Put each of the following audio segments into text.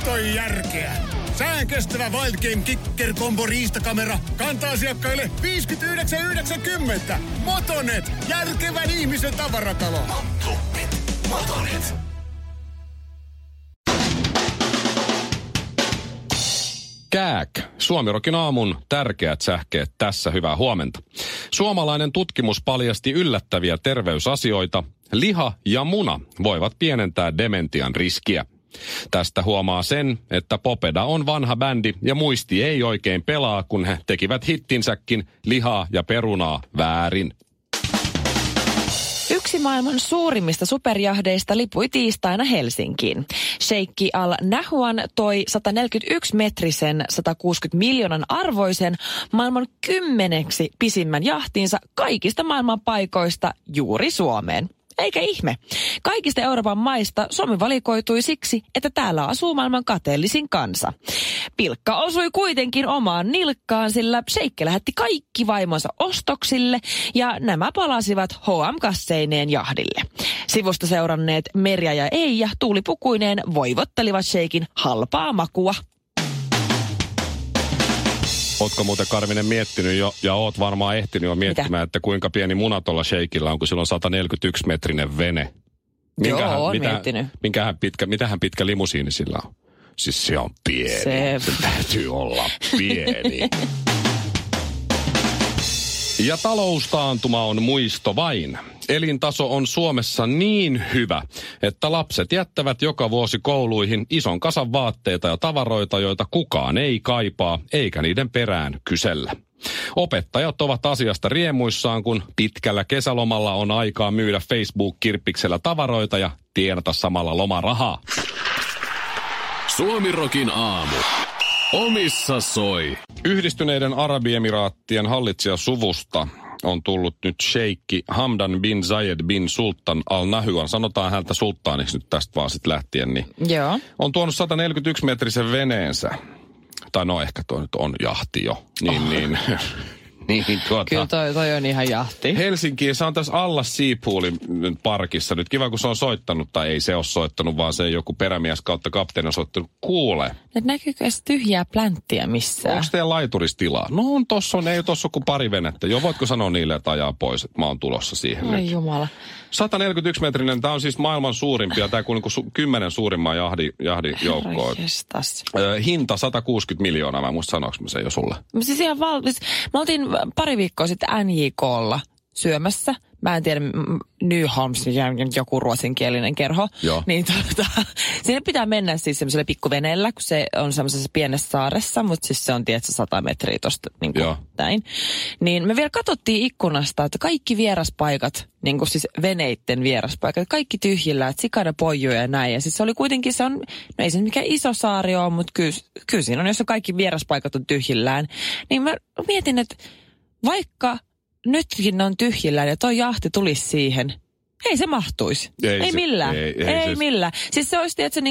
toi järkeä. Sään kestävä Wild Game Kicker Combo riistakamera kantaa asiakkaille 59,90. Motonet, järkevän ihmisen tavaratalo. Motonet. Kääk. Suomirokin aamun tärkeät sähkeet tässä. Hyvää huomenta. Suomalainen tutkimus paljasti yllättäviä terveysasioita. Liha ja muna voivat pienentää dementian riskiä. Tästä huomaa sen, että Popeda on vanha bändi ja muisti ei oikein pelaa, kun he tekivät hittinsäkin Lihaa ja perunaa väärin. Yksi maailman suurimmista superjahdeista lipui tiistaina Helsinkiin. Sheikki Al Nahyan toi 141-metrisen 160 miljoonan arvoisen maailman 10 pisimmän jahtinsa kaikista maailman paikoista juuri Suomeen. Eikä ihme. Kaikista Euroopan maista Suomi valikoitui siksi, että täällä asuu maailman kateellisin kansa. Pilkka osui kuitenkin omaan nilkkaan, sillä Sheikki lähetti kaikki vaimonsa ostoksille ja nämä palasivat H&M-kasseineen jahdille. Sivusta seuranneet Merja ja Eija tuulipukuineen voivottelivat Sheikin halpaa makua. Ootko muuten, Karvinen, miettinyt jo, ja oot varmaan ehtinyt jo miettimään, että kuinka pieni muna tuolla Sheikillä on, kun sillä on 141-metrinen vene? Oon miettinyt. Mitähän pitkä limusiini sillä on? Siis se on pieni. Se täytyy olla pieni. Ja taloustaantuma on muisto vain. Elintaso on Suomessa niin hyvä, että lapset jättävät joka vuosi kouluihin ison kasan vaatteita ja tavaroita, joita kukaan ei kaipaa, eikä niiden perään kysellä. Opettajat ovat asiasta riemuissaan, kun pitkällä kesälomalla on aikaa myydä Facebook-kirppiksellä tavaroita ja tienata samalla lomarahaa. Suomirokin aamu. Omissa soi. Yhdistyneiden Arabiemiraattien hallitsijasuvusta on tullut nyt sheikki Hamdan bin Zayed bin Sultan Al Nahyan. Sanotaan häntä sulttaaniksi nyt tästä vaan sitten lähtien. Niin joo. On tuonut 141-metrisen veneensä. Tai no ehkä tuo nyt on jahti jo. Niin. Kyllä toi on ihan jahti. Helsinkiin, se on tässä alla Seapoolin parkissa. Nyt kiva, kun se on soittanut, tai ei se ole soittanut, vaan se joku perämies kautta kapteeni on soittanut. Kuule. Näkyykö edes tyhjää plänttiä missään? Onko teidän laituristilaa? No ei tossa kuin pari venettä. Jo voitko sanoa niille, että ajaa pois, että mä oon tulossa siihen Ai nyt. jumala. 141-metrinen, tämä on siis maailman suurimpia, tämä kuuluu 10 suurimman jahdijoukkoon. Hinta 160 miljoonaa, mä muista sanoinko mä sen jo sulle. Siis ihan me oltiin pari viikkoa sitten NJK:lla syömässä. Mä en tiedä, Nyholms, joku ruotsinkielinen kerho. Joo. Niin siinä pitää mennä siis semmoiselle pikkuveneellä, kun se on semmoisessa pienessä saaressa, mutta siis se on tietysti 100 metriä tosta niin kuin näin. Niin me vielä katsottiin ikkunasta, että kaikki vieraspaikat, niin kuin siis veneitten vieraspaikat, kaikki tyhjillä, että sikana pojuja ja näin. Ja siis se oli kuitenkin, no ei se mikään iso saari ole, mutta kyllä siinä on, jos kaikki vieraspaikat on tyhjillään. Niin mä mietin, että vaikka nytkin ne on tyhjillään ja toi jahti tulisi siihen. Ei se mahtuisi. Ei millään. Ei millään. Siis se olisi, että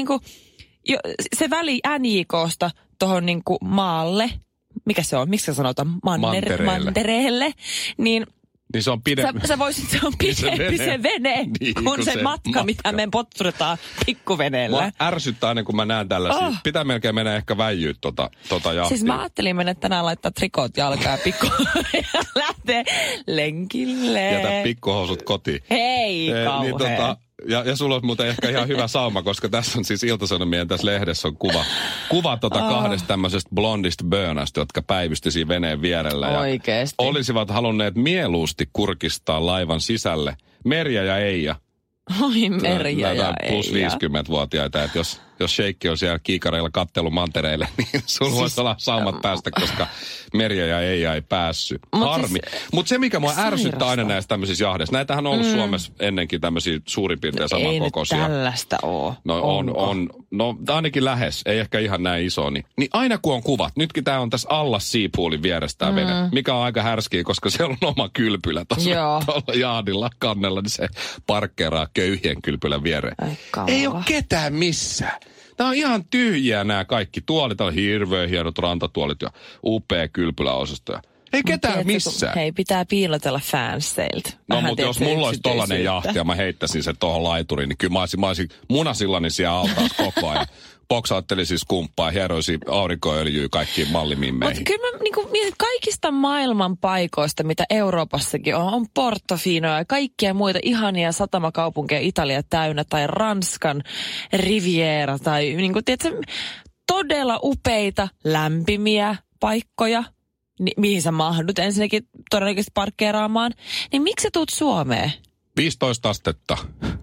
se väli NJK:sta tohon niinku maalle, mikä se on, miksi se sanotaan, mantereelle, niin se on pidempi. Se on pidempi se vene, niin, kun se matka, mitä me potrutaan pikkuveneellä. Mua ärsyttää aina, kun mä näen tällaisia. Pitää melkein mennä ehkä väijyä tota jahtia. Siis mä ajattelin mennä tänään laittaa trikot jalkaan ja lähteä lenkille. Jätä pikkuhousut kotiin. Hei, kauhean. Ja sulla on muuten ehkä ihan hyvä sauma, koska tässä on siis Ilta-Sanomien tässä lehdessä on kuva kahdesta tämmöisestä blondista bönasta, jotka päivysti siinä veneen vierellä. Oikeesti. Ja olisivat halunneet mieluusti kurkistaa laivan sisälle Merja ja Eija. Oi Merja ja plus Eija. 50-vuotiaita, että jos sheikki on siellä kiikareilla kattellut mantereille, niin sulla voisi olla saumat päästä, koska Merja ja Eija ei päässyt. Harmi. Mutta se, mikä mua ärsyttää aina näissä tämmöisissä jahdeissa, näitähän on ollut Suomessa ennenkin tämmöisiä suurin piirtein samankokoisia. Ei nyt tällaista ole. No on. No ainakin lähes, ei ehkä ihan näin iso. Niin aina kun on kuvat, nytkin tää on tässä alla Seapoolin vieressä tää vene, mikä on aika härskiä, koska siellä on oma kylpylä tuolla jahdilla kannella, niin se parkkeeraa köyhien kylpylän viereen. Ei ole ketään missään. Tää on ihan tyhjiä nämä kaikki tuolit. Täällä on hirveän hienot rantatuolit ja upea kylpyläosasto. Ei ketään missään. Hei, pitää piilotella fanseilta. No, mutta jos mulla olisi tollanen jahti ja mä heittäisin sen tohon laituriin, niin kyllä mä olisin munasillani siellä altaassa koko ajan. boksautteli siis kumppaa ja hieroisi aurinkoöljyä kaikkiin mallimimmeihin. Mutta kyllä mä niinku mietin kaikista maailman paikoista, mitä Euroopassakin on Portofinoa ja kaikkia muita ihania satamakaupunkeja Italia täynnä tai Ranskan Riviera tai niinku, tiedätkö, todella upeita, lämpimiä paikkoja, mihin sä mahdut ensinnäkin todennäköisesti parkkeeraamaan. Niin miksi sä tuut Suomeen? 15 astetta.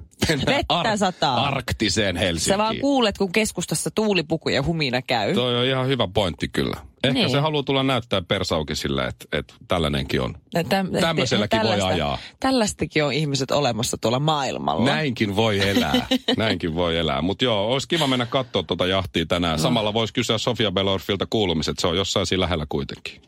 Vettä sataa. Arktiseen Helsinkiin. Sä vaan kuulet, kun keskustassa tuulipuku ja humina käy. Toi on ihan hyvä pointti kyllä. Ehkä niin. Se haluaa tulla näyttää persaukin sillä, että tällainenkin on. Tämmöiselläkin voi ajaa. Tällaistakin on ihmiset olemassa tuolla maailmalla. Näinkin voi elää. Näinkin voi elää. Mutta joo, olisi kiva mennä katsoa tuota jahtia tänään. Samalla voisi kysyä Sofia Belorfilta kuulumiset. Se on jossain siinä lähellä kuitenkin.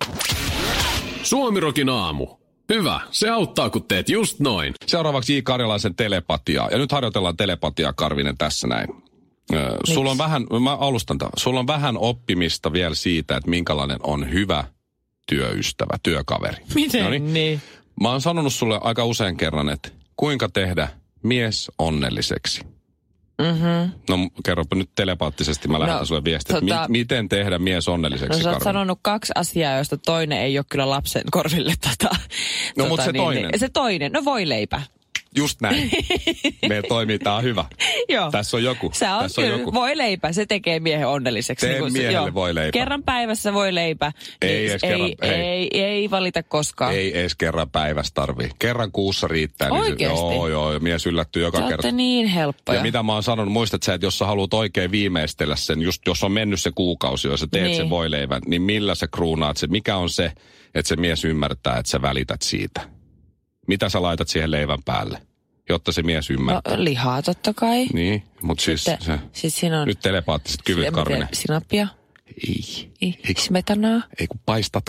Suomirokin aamu. Hyvä, se auttaa, kun teet just noin. Seuraavaksi J. Karjalaisen telepatiaa. Ja nyt harjoitellaan telepatiaa, Karvinen, tässä näin. Sulla on vähän, mä alustan tämän. Sulla on vähän oppimista vielä siitä, että minkälainen on hyvä työystävä, työkaveri. Miten Noniin. Niin? Mä oon sanonut sulle aika usein kerran, että kuinka tehdä mies onnelliseksi. Mm-hmm. No kerropa nyt telepaattisesti, mä lähetän sulle viestiä, että miten tehdä mies onnelliseksi, sä oot sanonut 2 asiaa, joista toinen ei ole kyllä lapsen korville mutta se toinen. Niin. Se toinen, no voileipä. Just näin. Me toimii, tää on hyvä. Joo. Tässä on joku. Tässä on joku. Voileipä, se tekee miehen onnelliseksi. Tee miehelle voileipä. Kerran päivässä voileipä. Ei edes kerran. Ei valita koskaan. Ei edes kerran päivässä tarvii. Kerran kuussa riittää. Oikeesti? Niin joo, mies yllättyy joka kerta. Te niin helppoja. Ja mitä mä oon sanonut, muistat sä, että jos sä haluat oikein viimeistellä sen, just jos on mennyt se kuukausi, jos sä teet sen voileivän, niin millä sä kruunaat se? Mikä on se, että se mies ymmärtää, että sä välität siitä? Mitä sä laitat siihen leivän päälle, jotta se mies ymmärtää? No, lihaa totta kai. Niin, mutta siis siinä on nyt telepaattiset kyvyt, Karvinen. Sinappia. Ei. Smetanaa. Ei kun paistat.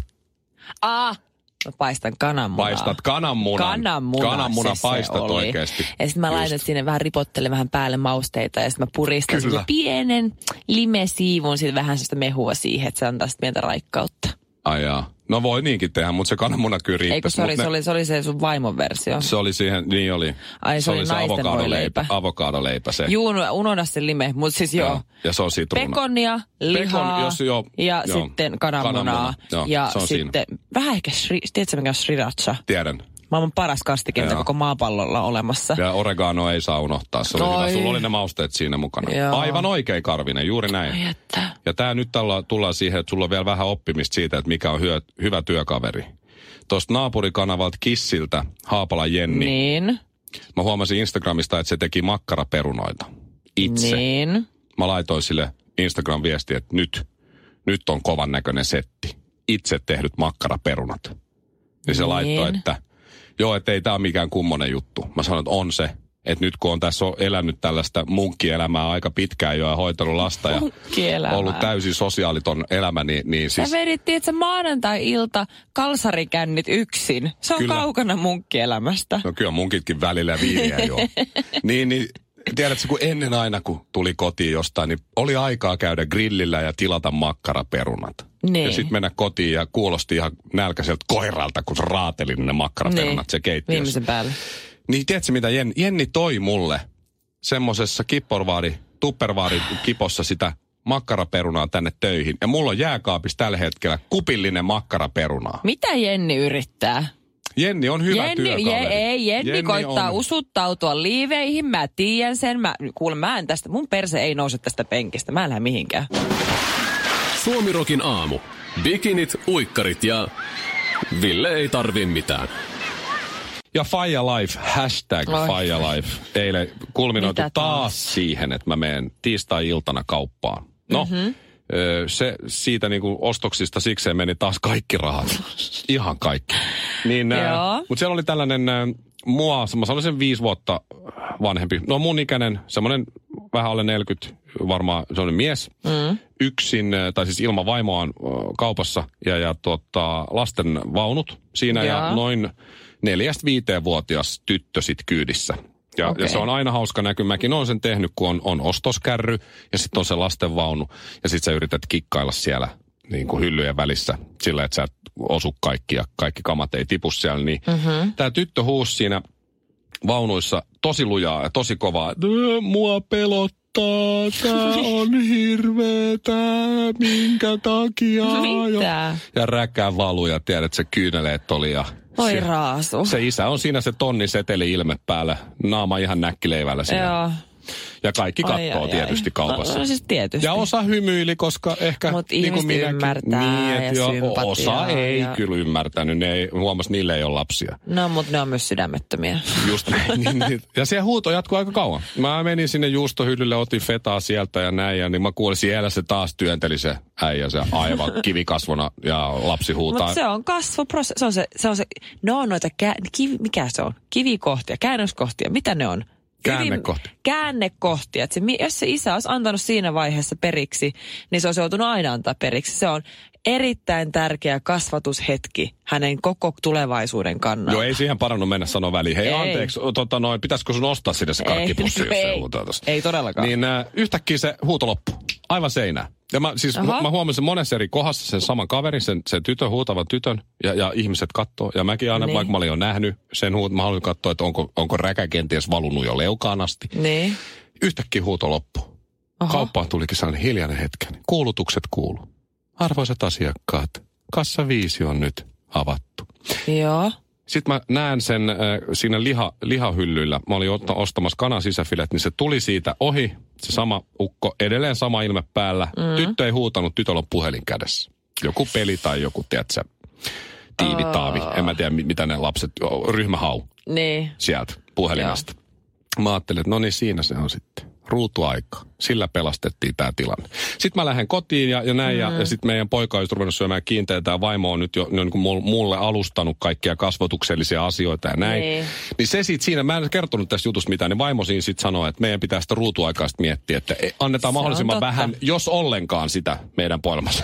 Mä paistan kananmunaa. Paistat kananmunan. Kananmunan paistat oikeasti. Ja sitten mä laitan sinne vähän, ripottelen vähän päälle mausteita ja sitten mä puristan sinne pienen limesiivun, sitten vähän sellaista mehua siihen, että se antaa sitten pientä raikkautta. Ai jaa. No voi niinkin tehdä, mutta se kananmuna kyllä riittäisi. Eikö se oli se sun vaimon versio? Se oli siihen, niin oli. Ai se oli naisten voileipä. Avokadoleipä se. Juu, unohda se lime, mutta siis joo. Ja se on sitruuna. Pekonia, lihaa ja sitten kananmunaa. Ja sitten vähän ehkä, tiedätkö mikä on sriracha? Tiedän. Maailman paras kastike, mitä koko maapallolla on olemassa. Ja oregano ei saa unohtaa. Se oli hyvä. Sulla oli ne mausteet siinä mukana. Joo. Aivan oikein, Karvinen, juuri näin. Ja tää nyt tullaan siihen, että sulla on vielä vähän oppimista siitä, että mikä on hyvä työkaveri. Tuosta naapurikanavalta Kissiltä, Haapala Jenni. Niin. Mä huomasin Instagramista, että se teki makkaraperunoita. Itse. Niin. Mä laitoin sille Instagram-viestiä, että nyt on kovan näköinen setti. Itse tehdyt makkaraperunat. Ja se laittoi, että joo, että ei tää ole mikään kummonen juttu. Mä sanoin, että on se. Että nyt kun on tässä elänyt tällaista munkkielämää aika pitkään jo ja hoitanut lasta ja ollut täysin sosiaaliton elämä, niin siis... Sä vedittiin, että sä maanantai-ilta kalsarikännit yksin. Se on kyllä kaukana munkkielämästä. No kyllä munkitkin välillä viiniä jo. niin tiedätkö, kun ennen aina kun tuli kotiin jostain, niin oli aikaa käydä grillillä ja tilata makkaraperunat. Niin. Ja sitten mennä kotiin ja kuulosti ihan nälkäiseltä koiralta, kun raatelin ne makkaraperunat se keittiössä. Viimeisen päälle. Niin tiedätkö mitä Jenni toi mulle semmosessa tuppervaari kipossa sitä makkaraperunaa tänne töihin. Ja mulla on jääkaapissa tällä hetkellä kupillinen makkaraperunaa. Mitä Jenni yrittää? Jenni on hyvä työkaveri. Jenni koittaa usuttautua liiveihin, mä tiedän sen. Mun perse ei nouse tästä penkistä, mä en lähde mihinkään. Suomirokin aamu. Bikinit, uikkarit ja Ville ei tarvi mitään. Ja Faija Life, #Faija Life. Eilen kulminoitu taas siihen, että mä menen tiistai-iltana kauppaan. No, se siitä niinku ostoksista sikseen meni taas kaikki rahat. Ihan kaikki. Mutta siellä oli tällainen mä sanoisin 5 vuotta vanhempi. No mun ikäinen, semmoinen vähän alle 40 varmaan semmoinen mies. Yksin, tai siis ilman vaimoaan kaupassa ja lasten vaunut siinä ja noin 4-5-vuotias tyttö sit kyydissä. Ja se on aina hauska näky. Mäkin olen sen tehnyt, kun on ostoskärry ja sitten on se lastenvaunu. Ja sitten sä yrität kikkailla siellä niin kuin hyllyjen välissä sillä, että sä et osu kaikki ja kaikki kamat ei tipu siellä. Niin tää tyttö huusi siinä vaunuissa tosi lujaa ja tosi kovaa. Mua pelottaa. tää on hirveetä, minkä takia? Mitä? Ja räkää valuu ja tiedät, että se kyyneleet oli ja... Oi raasu. Se isä on siinä se tonnin seteli ilme päällä, naama ihan näkkileivällä siinä. Joo. Ja kaikki kattoo tietysti kaupassa. No siis tietysti. Ja osa hymyili, koska ehkä... Mutta niin ihmiset ymmärtää ja sympatiaa. Osa ei kyllä ymmärtänyt. Niille ei ole lapsia. No, mutta ne on myös sydämettömiä. Just niin. Ja siellä huuto jatkuu aika kauan. Mä menin sinne juustohyllylle, otin fetaa sieltä ja näin. Ja niin mä kuulin siellä se taas työnteli se äijä, se aivan kivikasvona ja lapsi huutaa. Mutta se on kasvuprosessi. Se on se, no noita, mikä se on? Kivikohtia, käännöskohtia, mitä ne on? Käännekohtia. Jos se isä olisi antanut siinä vaiheessa periksi, niin se olisi joutunut aina antaa periksi. Se on erittäin tärkeä kasvatushetki hänen koko tulevaisuuden kannalta. Joo, ei siihen parannut mennä sanoa väliin. Hei, anteeksi, pitäisikö sun ostaa sinne se karkkipussi, jos se huutaa tosta? Ei todellakaan. Niin yhtäkkiä se huuto loppui. Aivan seinään. Ja mä huomasin monessa eri kohdassa sen saman kaverin, sen tytön, huutavan tytön, ja ihmiset kattoo. Ja mäkin aina, vaikka mä olin jo nähnyt sen mä haluin katsoa, että onko räkä kenties valunut jo leukaan asti. Niin. Yhtäkkiä huuto loppui. Kauppaan tulikin sellainen hiljainen hetken. Kuulutukset kuuluu. Arvoisat asiakkaat, kassa 5 on nyt avattu. Joo. Sitten mä näen sen siinä lihahyllyllä. Mä olin ostamassa kanan sisäfilet, niin se tuli siitä ohi. Se sama ukko, edelleen sama ilme päällä. Tyttö ei huutanut, tytöllä on puhelin kädessä. Joku peli tai joku, tiedätkö, tiivitaavi. En mä tiedä, mitä ne lapset, ryhmähau. Niin. Sieltä puhelimesta. Joo. Mä ajattelin, että no niin, siinä se on sitten. Ruutuaika. Sillä pelastettiin tämä tilanne. Sitten mä lähden kotiin ja näin, ja sitten meidän poika olisi ruvennut syömään kiinteitä, ja vaimo on nyt jo niin kuin mulle alustanut kaikkia kasvatuksellisia asioita ja näin. Niin se sitten siinä, mä en kertonut tästä jutusta mitään, niin vaimo siinä sitten sanoi, että meidän pitää sitä ruutuaikaista miettiä, että annetaan mahdollisimman vähän, jos ollenkaan sitä meidän poilmassa.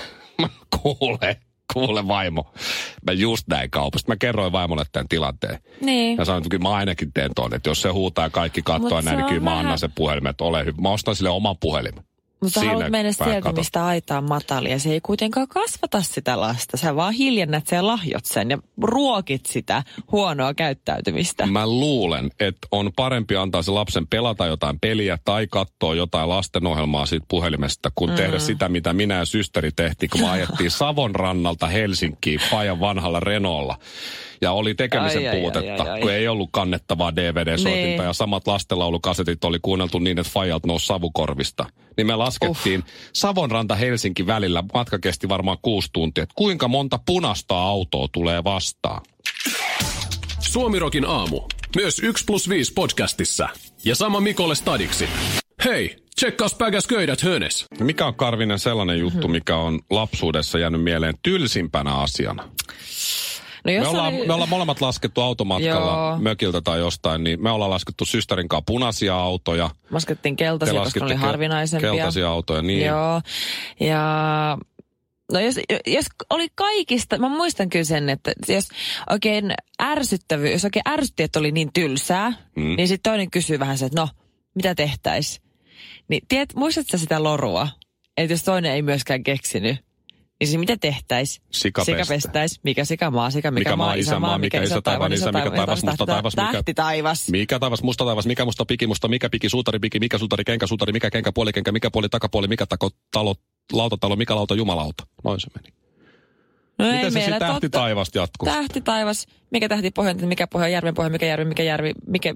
Kuule vaimo, mä just näin kaupasta. Mä kerroin vaimolle tämän tilanteen. Niin. Ja sanoin, että mä ainakin teen ton, että jos se huutaa ja kaikki kattoo näin, niin kyllä mä annan sen puhelimen, että ole hyvä. Mä ostan sille oman puhelimen. Mutta haluat mennä sieltä, mistä aita on matalia. Se ei kuitenkaan kasvata sitä lasta. Sä vaan hiljennät sen ja lahjot sen ja ruokit sitä huonoa käyttäytymistä. Mä luulen, että on parempi antaa se lapsen pelata jotain peliä tai katsoa jotain lastenohjelmaa siitä puhelimesta, kun tehdä sitä, mitä minä ja systeri tehtiin, kun me ajettiin Savon rannalta Helsinkiin Fajan vanhalla Renaultlla. Ja oli tekemisen puutetta, kun ei ollut kannettavaa DVD-soitinta ja samat lastenlaulukasetit oli kuunneltu niin, että Fajalta nousi savukorvista. Niin me laskettiin Savonranta Helsinki välillä, matka kesti varmaan 6 tuntia, että kuinka monta punaista autoa tulee vastaan. Suomirokin aamu. Myös 1+5 podcastissa. Ja sama Mikolle stadiksi. Hei, tsekkaus päkäs köydät hönes. Mikä on, Karvinen, sellainen juttu, mikä on lapsuudessa jäänyt mieleen tylsimpänä asiana? No me ollaan molemmat laskettu automatkalla mökiltä tai jostain, niin me ollaan laskettu systerin kanssa punaisia autoja. Laskettiin keltaisia, koska ne oli harvinaisempia. Keltaisia autoja, niin. Joo, ja no jos oli kaikista, mä muistan kyllä sen, että jos oikein ärsytti, että oli niin tylsää, niin sitten toinen kysyy vähän se, että no, mitä tehtäis? Niin muistatko sitä lorua, että jos toinen ei myöskään keksinyt? Niin siis mitä tehtäis? Sika pestäis. Mikä sika, maasika, mikä maa, isämaa, mikä isä, taivaan, isä, mikä taivas, musta taivas, tähti taivas. Mikä taivas, musta taivas, mikä musta, piki musta, mikä piki, suutari piki, mikä suutari, kenkä suutari, mikä kenkä, mikä puoli, takapuoli, mikä talo, lautatalo, mikä lauta, jumalauta. Noin se meni. No miten se sitten tähti taivasta jatkuu? Tähti taivas, mikä tähti pohja, mikä pohja, järven pohja, mikä järvi, mikä järvi,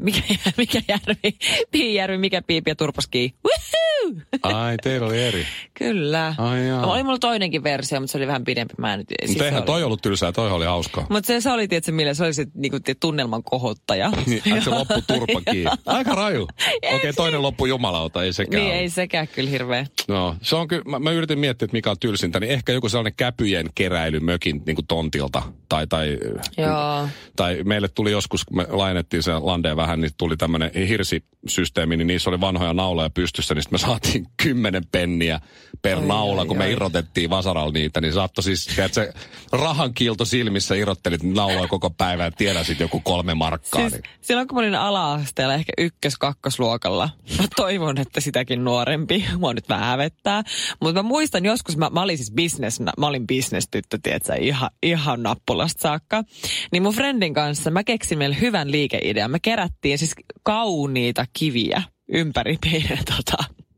piijärvi, mikä piipi ja turpaskii. Woohoo! Ai, teillä oli eri. Kyllä. Oli mulla toinenkin versio, mutta se oli vähän pidempi. Mutta eihän toi ollut tylsää, toi oli hauskaa. Mutta se oli, tiedätkö, millä se oli se niinku, tunnelman kohottaja. Niin, se loppu turpa kiinni. Aika raju. Okei, toinen loppu jumalauta, ei sekään. Niin, ei sekään kyllä hirveä. No, se on kyllä, mä yritin miettiä, että mikä on tylsintä, niin ehkä joku sellainen käpyjen keräily mökin niin kuin tontilta. Tai meille tuli joskus, kun me lainettiin se landeen vähän, niin tuli tämmöinen hirsisysteemi, niin niissä oli vanhoja nauloja pystyssä, niin sitten me saatiin 10 penniä per naula, kun me irrotettiin vasaralla niitä, niin saattoi siis, että se rahan kiilto silmissä irrottelit nauloja koko päivän ja tiedasit joku 3 markkaa. Siis, niin. Silloin kun mä olin ala-asteella ehkä 1-2-luokalla, mä toivon, että sitäkin nuorempi, mua nyt vähän hävettää, mutta mä muistan joskus, mä olin siis mä olin business-tyttö, tietsä, ihan nappulasta saakka, niin mun friendin kanssa mä keksin meille hyvän liikeidean. Me kerättiin siis kauniita kiviä ympäri meidän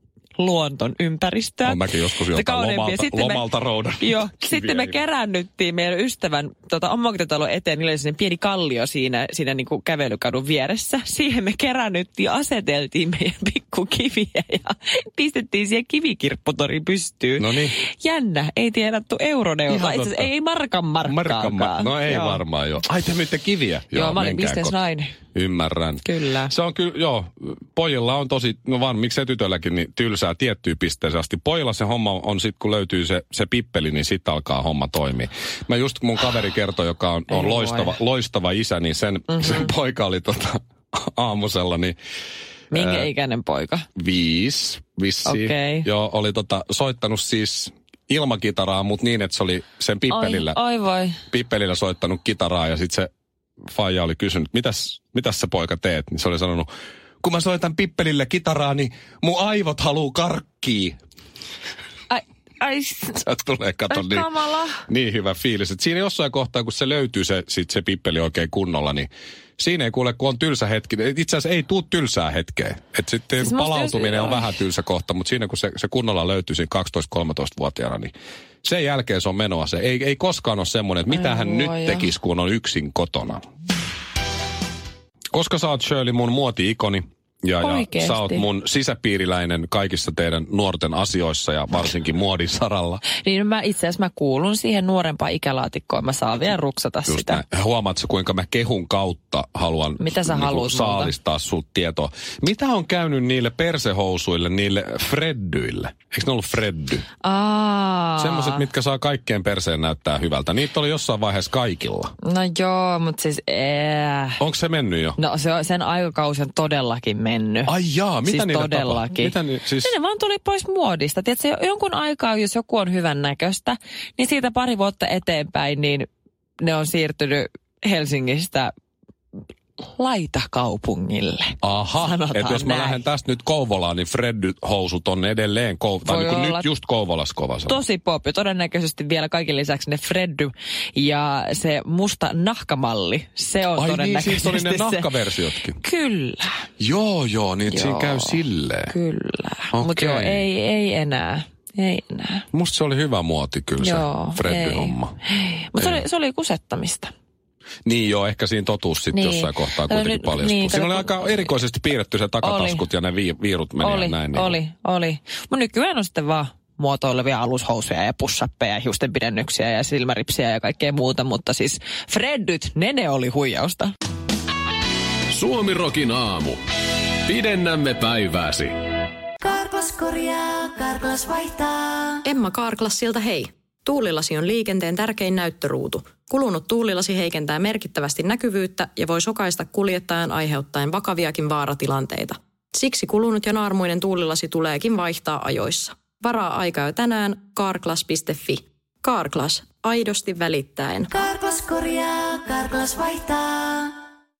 luonton ympäristöä. Olen mäkin joskus jotain lomalta roudan. Joo, sitten me keräännyttiin meidän ystävän omakotitalon eteen, niillä oli sellainen pieni kallio siinä niin kuin kävelykadun vieressä. Siihen me keräännyttiin, aseteltiin meidän pikkukiviä ja pistettiin siihen kivikirpputori pystyyn. No niin. Jännä, ei tiedetty euroneuvaa, itse asiassa ei markkaakaan. No ei varmaan joo. Ai te myytte kiviä? Joo, mä olin bisnesnainen. Ymmärrän. Kyllä. Se on kyllä, joo, pojilla on tosi, no vaan miksei tytölläkin, niin tylsää tiettyyn pisteeseen asti. Pojilla se homma on sit, kun löytyy se pippeli, niin sit alkaa homma toimia. Mä just mun kaveri kertoi, joka on loistava isä, niin sen poika oli aamusella, niin... Minkä ikäinen poika? 5, vissiin. Okay. Joo, oli soittanut siis ilmakitaraa, mutta niin, että se oli sen pippelillä soittanut kitaraa ja sitten se faija oli kysynyt, mitäs sä poika teet? Niin se oli sanonut, kun mä soitan pippelillä kitaraa, niin mun aivot haluu karkkii. Ai, sä tulee, kato, niin hyvä fiilis. Et siinä jossain kohtaa, kun se löytyy se pippeli oikein kunnolla, niin siinä ei kuule, kun on tylsä hetki. Itse asiassa ei tule tylsää hetkeä. Että sitten siis palautuminen on vähän tylsä kohta, mutta siinä kun se kunnolla löytyy siinä 12-13-vuotiaana, niin sen jälkeen se on menoa. Se ei koskaan ole semmoinen, että mitä hän nyt tekisi, kun on yksin kotona. Koska sä oot, Shirley, mun muoti-ikoni. Ja sä oot mun sisäpiiriläinen kaikissa teidän nuorten asioissa ja varsinkin muodin saralla. Niin itse asiassa mä kuulun siihen nuorempaan ikälaatikkoon. Mä saan vielä ruksata just sitä. Huomaatko, kuinka mä kehun kautta haluan saalistaa sut tietoa. Mitä on käynyt niille persehousuille, niille freddyille? Eikö ne ollut freddy? Semmoiset, mitkä saa kaikkeen perseen näyttää hyvältä. Niitä oli jossain vaiheessa kaikilla. No joo, mutta siis... Onko se mennyt jo? No sen aikakausi on todellakin mennyt. Ai jaa, mitä siis niille todellakin. Siis... Ne vaan tuli pois muodista. Tiedätkö, jonkun aikaa, jos joku on hyvän näköistä, niin siitä pari vuotta eteenpäin, niin ne on siirtynyt Helsingistä laitakaupungille. Aha, että jos mä lähden tästä nyt Kouvolaan, niin Freddy-housut on edelleen, tai niin nyt just Kouvolassa kovassa. Tosi popi. Todennäköisesti vielä kaiken lisäksi ne Freddy ja se musta nahkamalli. Se on todennäköisesti niin, siis oli ne nahkaversiotkin. Kyllä. Joo, niin siinä käy silleen. Kyllä. Okay. Mutta joo, ei enää. Ei enää. Musta se oli hyvä muoti kyllä se Freddy-homma. Mutta se oli kusettamista. Niin joo, ehkä siinä totuus sitten jossain kohtaa kuitenkin paljastuu. Niin, siinä oli aika erikoisesti piirretty se takataskut ja ne viirut meni näin. Oli. Mutta nykyään on sitten vaan muotoilevia alushousuja ja push-uppeja, hiustenpidennyksiä ja silmäripsiä ja kaikkea muuta. Mutta siis Freddyt, ne oli huijausta. Suomirokin aamu. Pidennämme päivääsi. Karklas korjaa, Karklas vaihtaa. Emma Karklassilta hei. Tuulilasi on liikenteen tärkein näyttöruutu. Kulunut tuulilasi heikentää merkittävästi näkyvyyttä ja voi sokaista kuljettajan aiheuttaen vakaviakin vaaratilanteita. Siksi kulunut ja naarmuinen tuulilasi tuleekin vaihtaa ajoissa. Varaa aikaa jo tänään carglass.fi. Carglass, aidosti välittäen. Karklas korjaa, Karklas vaihtaa.